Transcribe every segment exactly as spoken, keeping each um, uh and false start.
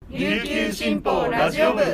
琉球新報ラジオ部。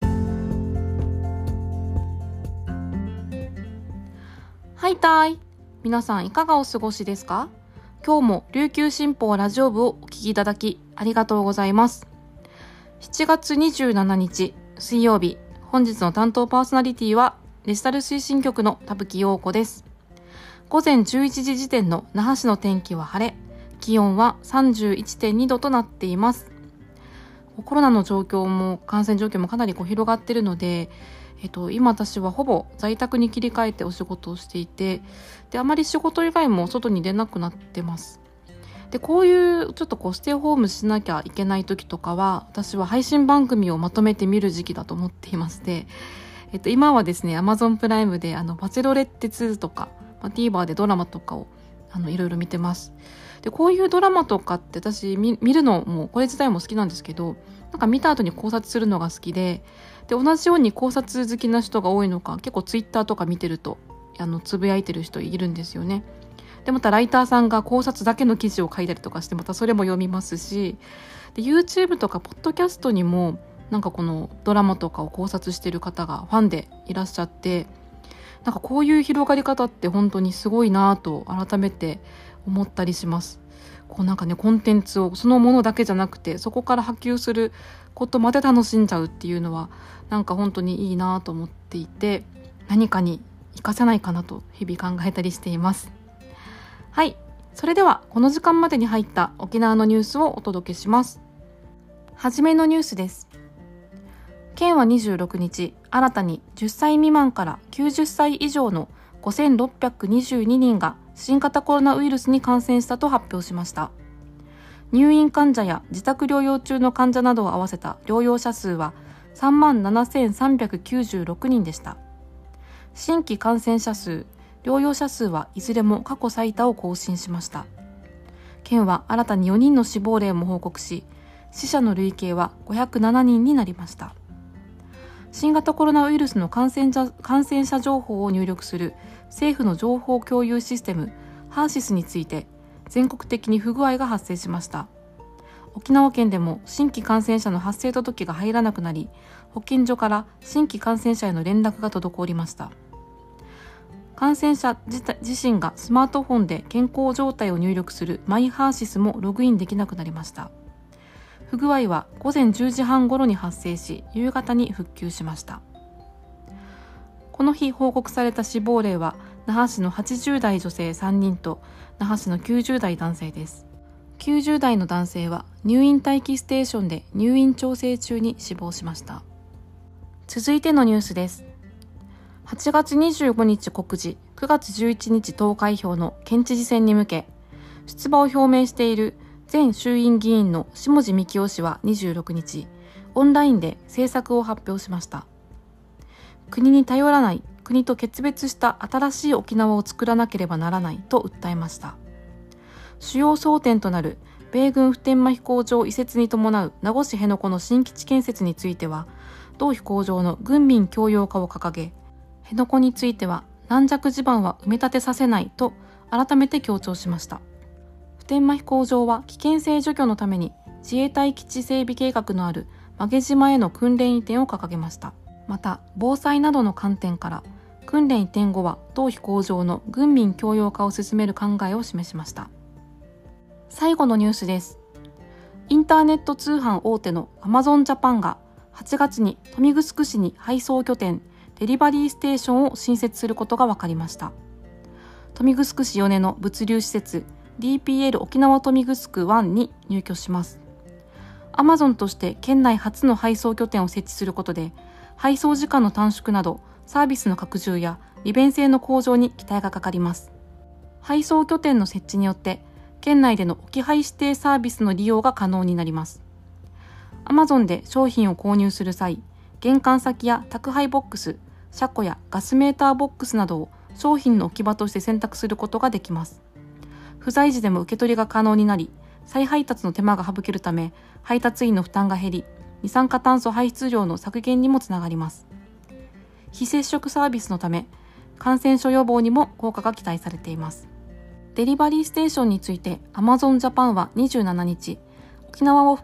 はいたい、皆さんいかがお過ごしですか？今日も琉球新報ラジオ部をお聞きいただきありがとうございます。しちがつにじゅうしちにち水曜日、本日の担当パーソナリティはデジタル推進局の田吹陽子です。午前じゅういちじ時点の那覇市の天気は晴れ、気温は さんじゅういってんにどとなっています。コロナの状況も感染状況もかなりこう広がっているので、えっと、今私はほぼ在宅に切り替えてお仕事をしていて、であまり仕事以外も外に出なくなってます。でこういうちょっとこうステイホームしなきゃいけない時とかは、私は配信番組をまとめて見る時期だと思っていまして、えっと、今はですね Amazon プライムであのバチェロレッテツとか、まあ、TVer でドラマとかをあのいろいろ見てます。でこういうドラマとかって私 見, 見るのもこれ自体も好きなんですけど、なんか見た後に考察するのが好きで、で同じように考察好きな人が多いのか、結構ツイッターとか見てるとあのつぶやいてる人いるんですよね。でまたライターさんが考察だけの記事を書いたりとかして、またそれも読みますし、で YouTube とかポッドキャストにもなんかこのドラマとかを考察してる方がファンでいらっしゃって、なんかこういう広がり方って本当にすごいなと改めて思ったりします。こうなんかね、コンテンツをそのものだけじゃなくて、そこから波及することまで楽しんじゃうっていうのはなんか本当にいいなと思っていて、何かに活かせないかなと日々考えたりしています。はい、それではこの時間までに入った沖縄のニュースをお届けします。はじめのニュースです。県はにじゅうろくにち、新たにじゅっさい未満からきゅうじゅっさい以上のごせんろっぴゃくにじゅうににんが新型コロナウイルスに感染したと発表しました。入院患者や自宅療養中の患者などを合わせた療養者数は さんまんななせんさんびゃくきゅうじゅうろくにんでした。新規感染者数、療養者数はいずれも過去最多を更新しました。県は新たによにんの死亡例も報告し、死者の累計はごひゃくななにんになりました。新型コロナウイルスの感染者、感染者情報を入力する政府の情報共有システムハーシスについて全国的に不具合が発生しました。沖縄県でも新規感染者の発生届が入らなくなり、保健所から新規感染者への連絡が滞りました。感染者自身がスマートフォンで健康状態を入力するマイハーシスもログインできなくなりました。不具合はごぜんじゅうじはん頃に発生し、夕方に復旧しました。この日報告された死亡例は那覇市のはちじゅうだい女性さんにんと那覇市のきゅうじゅうだい男性です。きゅうじゅうだいの男性は入院待機ステーションで入院調整中に死亡しました。続いてのニュースです。はちがつにじゅうごにち告示、くがつじゅういちにち投開票の県知事選に向け、出馬を表明している前衆院議員の下地幹郎氏はにじゅうろくにち、オンラインで政策を発表しました。国に頼らない、国と決別した新しい沖縄を作らなければならないと訴えました。主要争点となる米軍普天間飛行場移設に伴う名護市辺野古の新基地建設については、同飛行場の軍民共用化を掲げ、辺野古については軟弱地盤は埋め立てさせないと改めて強調しました。普天間飛行場は危険性除去のために自衛隊基地整備計画のある馬毛島への訓練移転を掲げました。また防災などの観点から訓練移転後は同飛行場の軍民共用化を進める考えを示しました。最後のニュースです。インターネット通販大手の Amazon Japan がはちがつに豊見城市に配送拠点デリバリーステーションを新設することが分かりました。豊見城市米の物流施設 ディーピーエル 沖縄豊見城ワンに入居します。アマゾンとして県内初の配送拠点を設置することで、配送時間の短縮などサービスの拡充や利便性の向上に期待がかかります。配送拠点の設置によって県内での置き配指定サービスの利用が可能になります。アマゾンで商品を購入する際、玄関先や宅配ボックス、車庫やガスメーターボックスなどを商品の置き場として選択することができます。不在時でも受け取りが可能になり、再配達の手間が省けるため、配達員の負担が減り、二酸化炭素排出量の削減にもつながります。非接触サービスのため、感染症予防にも効果が期待されています。デリバリーステーションについて Amazon Japan はにじゅうしちにち、沖縄を含む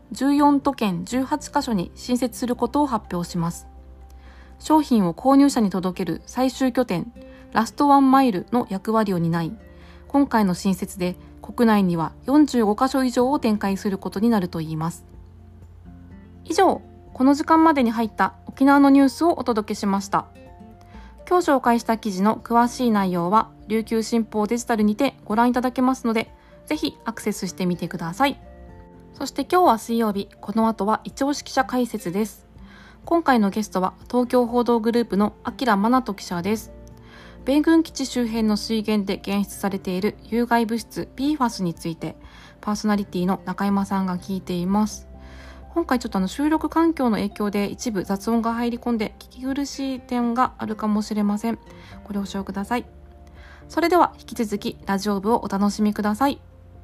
じゅうよんとけんじゅうはちかしょに新設することを発表します。商品を購入者に届ける最終拠点、ラストワンマイルの役割を担い、今回の新設で国内にはよんじゅうごかしょ以上を展開することになるといいます。以上、この時間までに入った沖縄のニュースをお届けしました。今日紹介した記事の詳しい内容は琉球新報デジタルにてご覧いただけますので、ぜひアクセスしてみてください。そして今日は水曜日、この後は一押し記者解説です。今回のゲストは東京報道グループの明真人記者です。米軍基地周辺の水源で検出されている有害物質 ピーファス について、パーソナリティの中山さんが聞いています。今回ちょっとあの収録環境の影響で一部雑音が入り込んで聞き苦しい点があるかもしれません。ご了承ください。それでは引き続きラジオ部をお楽しみください。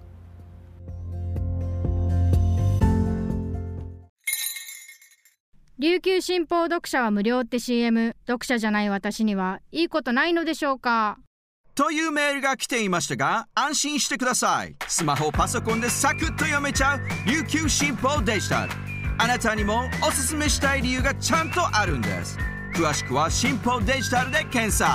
琉球新報読者は無料って シーエム、読者じゃない私にはいいことないのでしょうかというメールが来ていましたが、安心してください。スマホパソコンでサクッと読めちゃう琉球新報デジタル。あなたにもおすすめしたい理由がちゃんとあるんです。詳しくは新報デジタルで検索。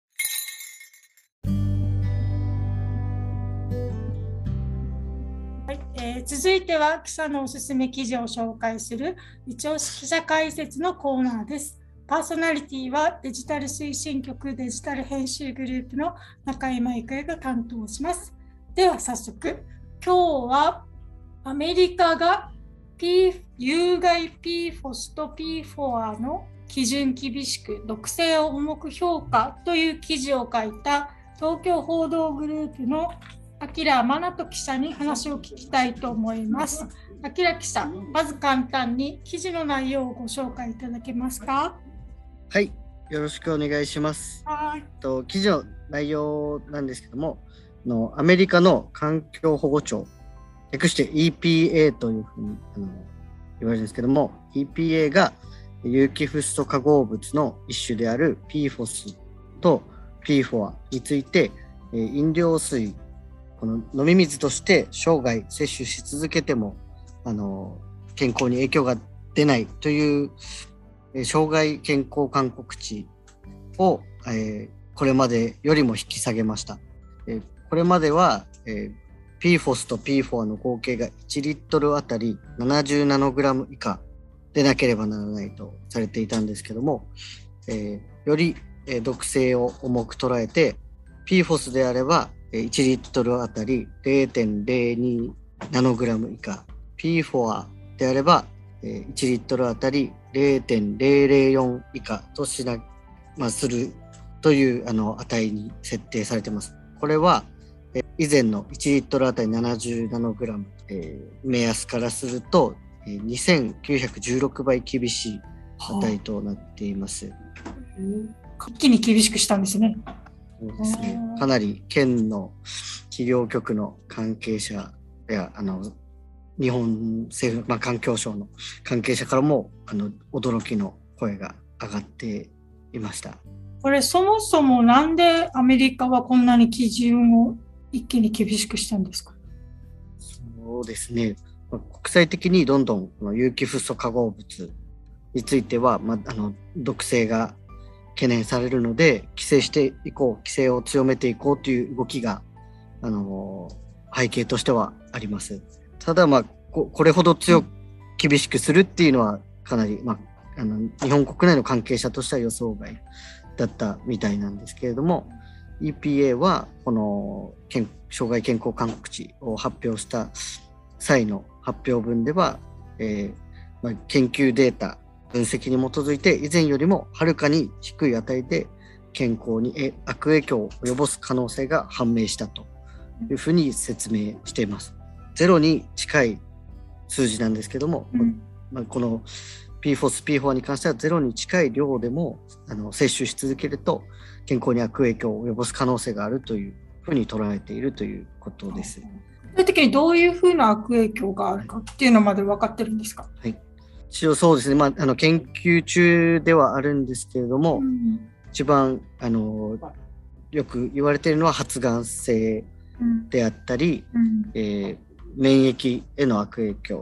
はいえー、続いては記者のおすすめ記事を紹介する一押し記者解説のコーナーです。パーソナリティはデジタル推進局デジタル編集グループの中井舞香が担当します。では早速、今日はアメリカが、P、有害 ピーフォス と ピーフォア の基準厳しく毒性を重く評価という記事を書いた東京報道グループの明真人記者に話を聞きたいと思います。明記者、まず簡単に記事の内容をご紹介いただけますか？ はい、よろしくお願いします。 はい。 と記事の内容なんですけども、のアメリカの環境保護庁、略して イーピーエー というふうにあの言われるんですけども、イーピーエー が有機フッ素化合物の一種である ピーフォス と ピーフォア について、飲料水、この飲み水として生涯摂取し続けてもあの健康に影響が出ないという生涯健康勧告値を、えー、これまでよりも引き下げました。えー、これまでは、えー、ピーフォス と ピーフォア の合計がいちリットルあたりななじゅうナノグラム以下でなければならないとされていたんですけども、えー、より、えー、毒性を重く捉えて ピーフォス であればいちリットルあたり れいてんれいにナノグラム以下、ピーフォア であればいちリットルあたり れいてんれいれいよん以下としな、まあ、するというあの値に設定されています。これはえ以前のいちリットルあたりななじゅうナノグラム、えー、目安からするとにせんきゅうひゃくじゅうろくばい厳しい値となっています。はあ、一気に厳しくしたんですね。 そうですね。かなり県の企業局の関係者やあの日本政府、まあ、環境省の関係者からもあの驚きの声が上がっていました。 これそもそもなんでアメリカはこんなに基準を一気に厳しくしたんですか？ そうですね。国際的にどんどんこの有機フッ素化合物については、まあ、あの毒性が懸念されるので規制していこう、規制を強めていこうという動きがあの背景としてはあります。ただ、まあ、こ, これほど強く厳しくするっていうのはかなり、まあ、あの日本国内の関係者としては予想外だったみたいなんですけれども、 イーピーエー はこの健生涯健康勧告値を発表した際の発表文では、えーまあ、研究データ分析に基づいて以前よりもはるかに低い値で健康に悪影響を及ぼす可能性が判明したというふうに説明しています。ゼロに近い数字なんですけども、うんまあ、この ピーフォス、ピーフォア に関してはゼロに近い量でもあの摂取し続けると健康に悪影響を及ぼす可能性があるというふうに捉えているということです。 具体的にどういうふうな悪影響があるかっていうのまで分かってるんですか？ はい、一応そうですね、まあ、あの研究中ではあるんですけれども、うん、一番あのよく言われているのは発がん性であったり、うんうんえー、免疫への悪影響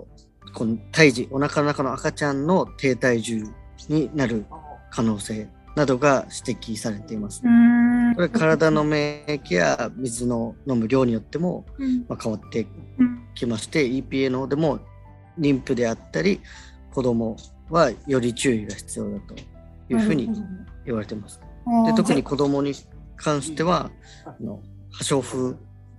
この胎児、お腹の中の赤ちゃんの低体重になる可能性などが指摘されています。これ体の免疫や水の飲む量によっても、まあ、変わってきまして、イーピーエー の方でも妊婦であったり子供はより注意が必要だというふうに言われています。で、特に子供に関してはあの破傷風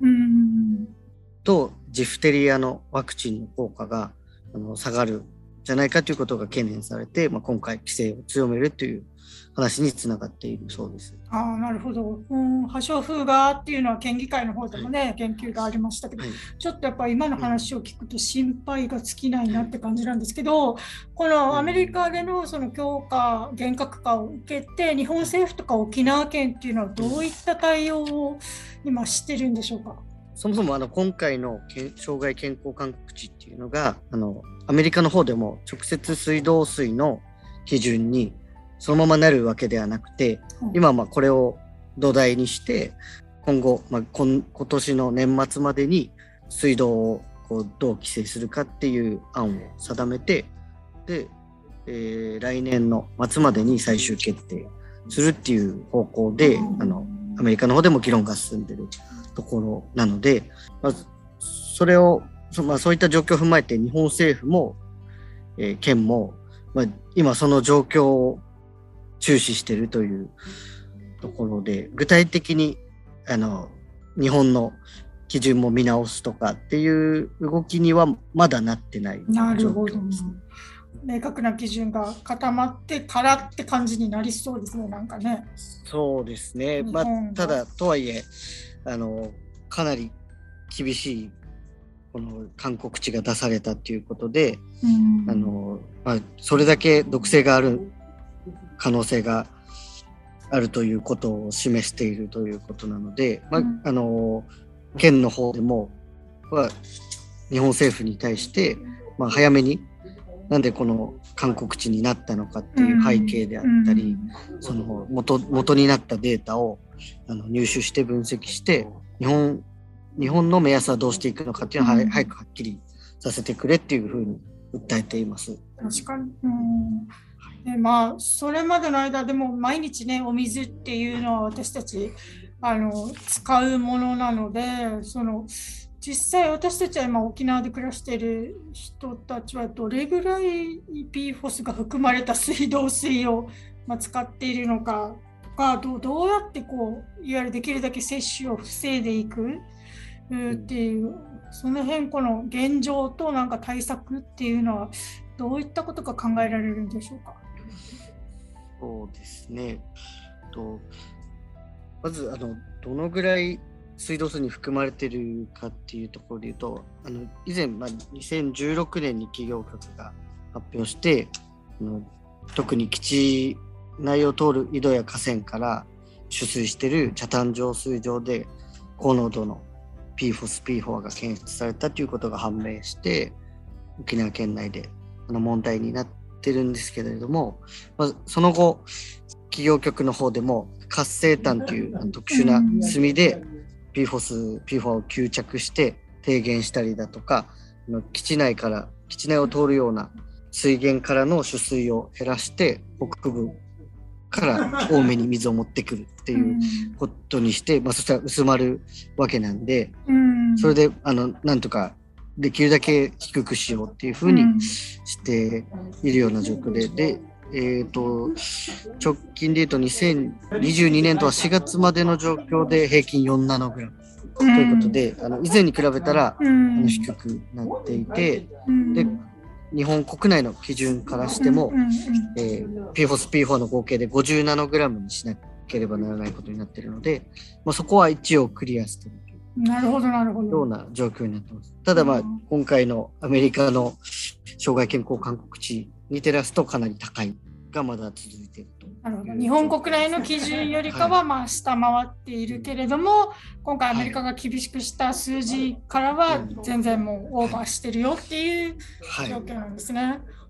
とジフテリアのワクチンの効果があの下がるじゃないかということが懸念されて、まあ、今回規制を強めるという話につながっているそうです。 ああ、なるほど。うん、破傷風がっていうのは県議会の方でもね、はい、研究がありましたけど、はい、ちょっとやっぱり今の話を聞くと心配が尽きないなって感じなんですけど、このアメリカでのその強化、厳格化を受けて、日本政府とか沖縄県っていうのはどういった対応を今してるんでしょうか。 そもそもあの今回の障害健康勧告値っていうのがあのアメリカの方でも直接水道水の基準にそのままなるわけではなくて、今まあこれを土台にして今後、まあ、今, 今年の年末までに水道をこうどう規制するかっていう案を定めて、で、えー、来年の末までに最終決定するっていう方向であのアメリカの方でも議論が進んでるところなので、まあ、それをそ,、まあ、そういった状況を踏まえて日本政府も、えー、県も、まあ、今その状況を注視しているというところで、具体的にあの日本の基準も見直すとかっていう動きにはまだなってない状況です。 なるほど。明確な基準が固まってからって感じになりそうですね、なんかね。 そうですね。まあ、ただとはいえあのかなり厳しいこの勧告値が出されたということで、あの、まあ、それだけ毒性がある可能性があるということを示しているということなので、まあ、あの県の方でもは日本政府に対して、まあ、早めになんでこの勧告値になったのかっていう背景であったり、その 元, 元になったデータをあの入手して分析して日本日本の目安はどうしていくのかっていうのを、うん、早くはっきりさせてくれっていうふうに訴えています。 確かに、うんでまあ、それまでの間でも毎日ねお水っていうのは私たちあの使うものなので、その実際私たちは今沖縄で暮らしている人たちはどれぐらい イーピーフォス が含まれた水道水を、まあ、使っているのかとか、どう、どうやってこういわゆるできるだけ摂取を防いでいくっていう、その辺この現状となんか対策っていうのはどういったことが考えられるんでしょうか。 そうですね。とまずあのどのぐらい水道水に含まれているかっていうところでいうと、あの以前、まあ、にせんじゅうろくねんに企業局が発表して、あの特に基地内を通る井戸や河川から取水している北谷浄水場で高濃度の ピーフォス、ピーフォア が検出されたということが判明して、沖縄県内であの問題になってるんですけれども、まあ、その後企業局の方でも活性炭という特殊な炭で ピーフォス、ピーフォア を吸着して低減したりだとか、基地内から基地内を通るような水源からの取水を減らして北部から多めに水を持ってくるっていうことにして、まあ、そしたら薄まるわけなんで、それであのなんとかできるだけ低くしようっていうふうにしているような状況で、でえー、と直近でいうとにせんにじゅうにねんとはしがつまでの状況で平均よんナノグラムということで、あの以前に比べたらあの低くなっていて、で日本国内の基準からしても、えー、ピーフォス、ピーフォア の合計でごじゅうナノグラムにしなければならないことになっているので、まあ、そこは一応クリアしているなるほどなるほどような状況になっています。ただ、まあ、今回のアメリカの障害健康勧告値に照らすとかなり高いがまだ続いていると。 なるほど。日本国内の基準よりかはまあ下回っているけれども、はい、今回アメリカが厳しくした数字からは全然もうオーバーしてるよっていう状況なんですね。はい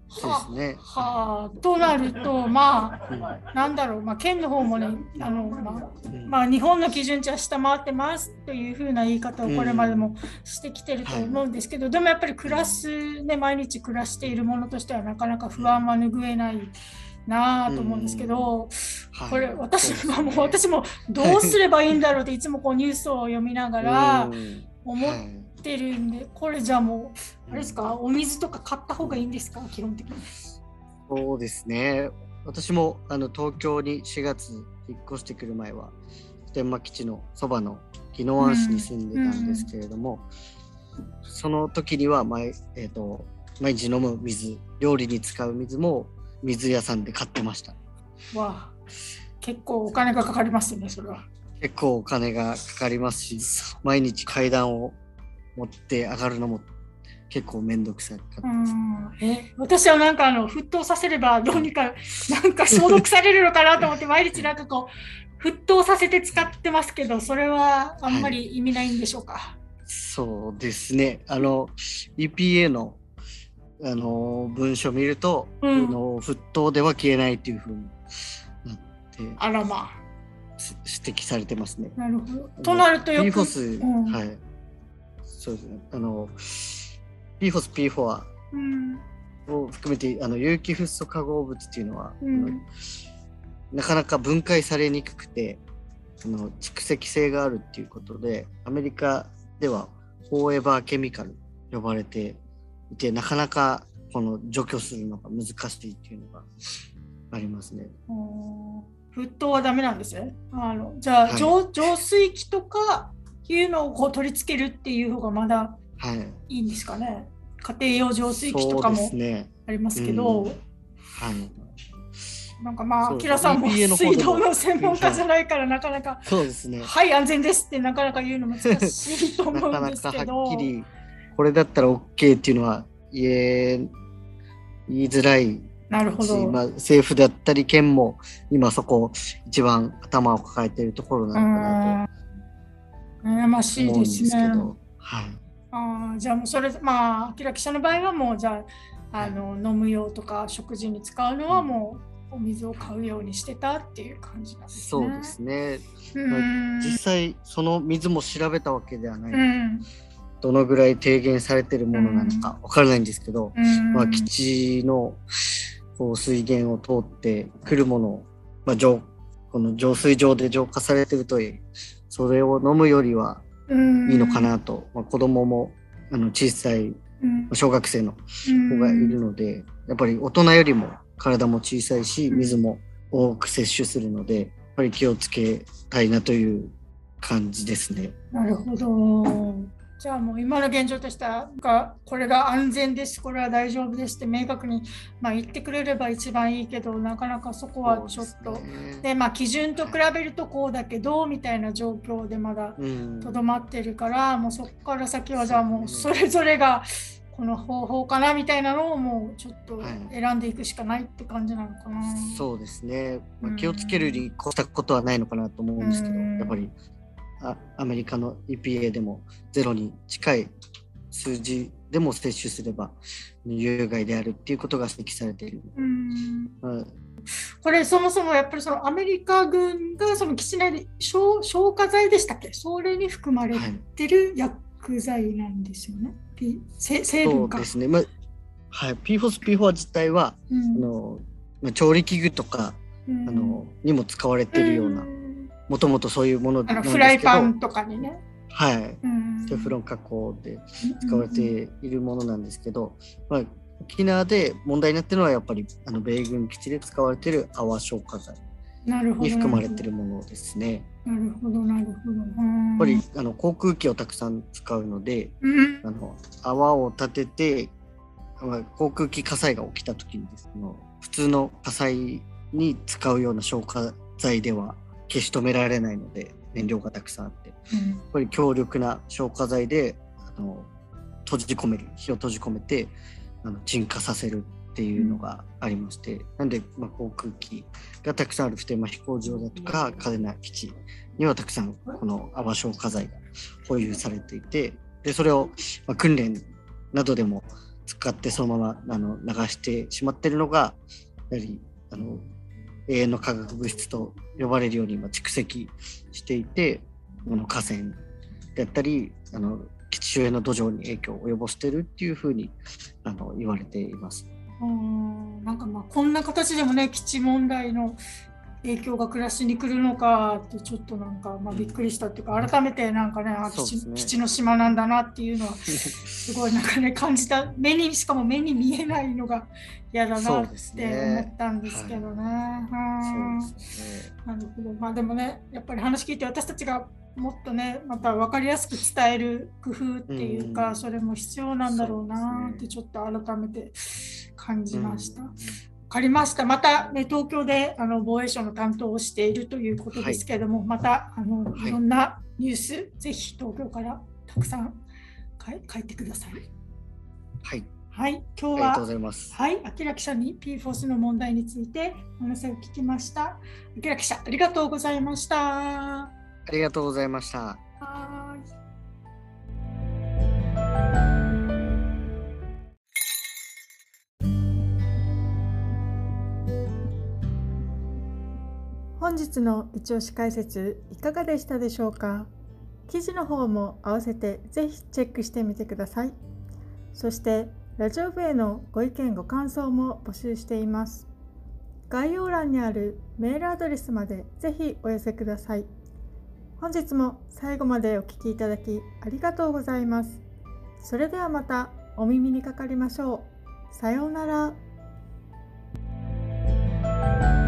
そうですね。 はあ、となると、まあ、なんだろう、まあ、県の方もね、あの、まあ、まあ、日本の基準値は下回ってますというふうな言い方をこれまでもしてきてると思うんですけど、でもやっぱり暮らす、ね、毎日暮らしているものとしてはなかなか不安は拭えないなと思うんですけど、これ私はもう私もどうすればいいんだろうっていつもこうニュースを読みながら思ってるんで、これじゃあもうあれですか、お水とか買った方がいいんですか、基本的に。 そうですね。私もあの東京にしがつ引っ越してくる前は普天間基地のそばの宜野湾市に住んでたんですけれども、うんうん、その時には毎、えーと、毎日飲む水、料理に使う水も水屋さんで買ってました。 わあ、結構お金がかかりますよね、それは。 結構お金がかかりますし、毎日階段を持って上がるのも結構めんどくさかったです。 え私はなんかあの沸騰させればどうにかなんか消毒されるのかなと思って毎日なんかこう沸騰させて使ってますけど、それはあんまり意味ないんでしょうか。はい、 そうですね。あの イーピーエー のあの文書を見ると、うん、あの沸騰では消えないっていう風になって、 あらまあ指摘されてますね。 なるほど。となるとよくピーフォス、うん、はい、そうですね。あの ピーフォス、ピーフォア を含めてあの有機フッ素化合物っていうのは、うん、なかなか分解されにくくてあの蓄積性があるっていうことで、アメリカではフォーエバーケミカル呼ばれていて、なかなかこの除去するのが難しいっていうのがありますね。 沸騰はダメなんですね。あのじゃあ、はい、浄, 浄水器とかいうのをこう取り付けるっていう方がまだいいんですかね。はい、家庭用浄水器とかもありますけど、ね、うん、はい、なんかまあキラさんも水道の専門家じゃないからなかなかそうですね、 はい安全ですってなかなか言うの難しいと思うんですけどなかなかはっきりこれだったら OK っていうのは言え言いづらい。 なるほど。 まあ、政府だったり県も今そこ一番頭を抱えているところなのかなと悩ましいですね。 はい、 あじゃあもうそれまあ明記者の場合はもうじゃあ、あの飲む用とか食事に使うのはもうお水を買うようにしてたっていう感じなんですね。 そうですね。まあ、実際その水も調べたわけではない。うん、どのぐらい低減されているものなのかわからないんですけど、うん、まあ、基地のこう水源を通ってくるものを、まあ、浄この浄水場で浄化されているといい、それを飲むよりはいいのかなと、まあ、子供もあの小さい小学生の子がいるので、やっぱり大人よりも体も小さいし水も多く摂取するのでやっぱり気をつけたいなという感じですね。 なるほど。じゃあもう今の現状としてはこれが安全です、これは大丈夫ですって明確に、まあ、言ってくれれば一番いいけど、なかなかそこはちょっと で、ねでまあ、基準と比べるとこうだけどみたいな状況でまだとどまってるから、うん、もうそこから先はじゃあもうそれぞれがこの方法かなみたいなのをもうちょっと選んでいくしかないって感じなのかな。はい、 そうですね、まあ、気をつけるに越したことはないのかなと思うんですけど、うん、やっぱりあアメリカの イーピーエー でもゼロに近い数字でも摂取すれば有害であるっていうことが指摘されている。うんまあ、これそもそもやっぱりそのアメリカ軍がその基地内で 消, 消火剤でしたっけ、それに含まれてる薬剤なんですよね。はい、成分か。 そうですね。まあはい、ピーフォス、ピーフォア 自体は、うん、あの調理器具とか、うん、あのにも使われているような。うんもともとそういうものなんですけど、 フライパンとかにね、 はい、テフロン加工で使われているものなんですけど、まあ、沖縄で問題になっているのはやっぱりあの米軍基地で使われている泡消火剤に含まれているものですね。 なるほどなるほど。やっぱりあの航空機をたくさん使うので、うん、あの泡を立てて航空機火災が起きた時にですね、普通の火災に使うような消火剤では消し止められないので燃料がたくさんあって、うん、やっぱり強力な消火剤であの閉じ込める火を閉じ込めてあの鎮火させるっていうのがありまして、うん、なんで、まあ、航空機がたくさんある普天間飛行場だとか嘉手納基地にはたくさんこの泡消火剤が保有されていて、でそれを、まあ、訓練などでも使ってそのままあの流してしまっているのがやはりあの永遠の化学物質と呼ばれるように今蓄積していて、あの河川であったりあの基地周辺の土壌に影響を及ぼしているっていうふうにあの言われています。 うん、なんかまあこんな形でもね基地問題の影響が暮らしに来るのかってちょっとなんかまあびっくりしたっていうか、改めてなんかね、あ、基地、基地の島なんだなっていうのはすごいなんかね感じた。目にしかも目に見えないのが嫌だなって思ったんですけどね。なるほど。まあでもねやっぱり話聞いて私たちがもっとねまた分かりやすく伝える工夫っていうか、うん、それも必要なんだろうなってちょっと改めて感じました。うん、分かりました。また、ね、東京であの防衛省の担当をしているということですけれども、はい、またあの、はい、いろんなニュース、ぜひ東京からたくさん書いてください。 はい。 はい、今日は、 ありがとうございます。 はい、明記者に ピーフォース の問題についてお話を聞きました。明記者、ありがとうございました。 ありがとうございました。 はい。本日の一押し解説いかがでしたでしょうか。記事の方も合わせてぜひチェックしてみてください。そしてラジオ部へのご意見ご感想も募集しています。概要欄にあるメールアドレスまでぜひお寄せください。本日も最後までお聞きいただきありがとうございます。それではまたお耳にかかりましょう。さようなら。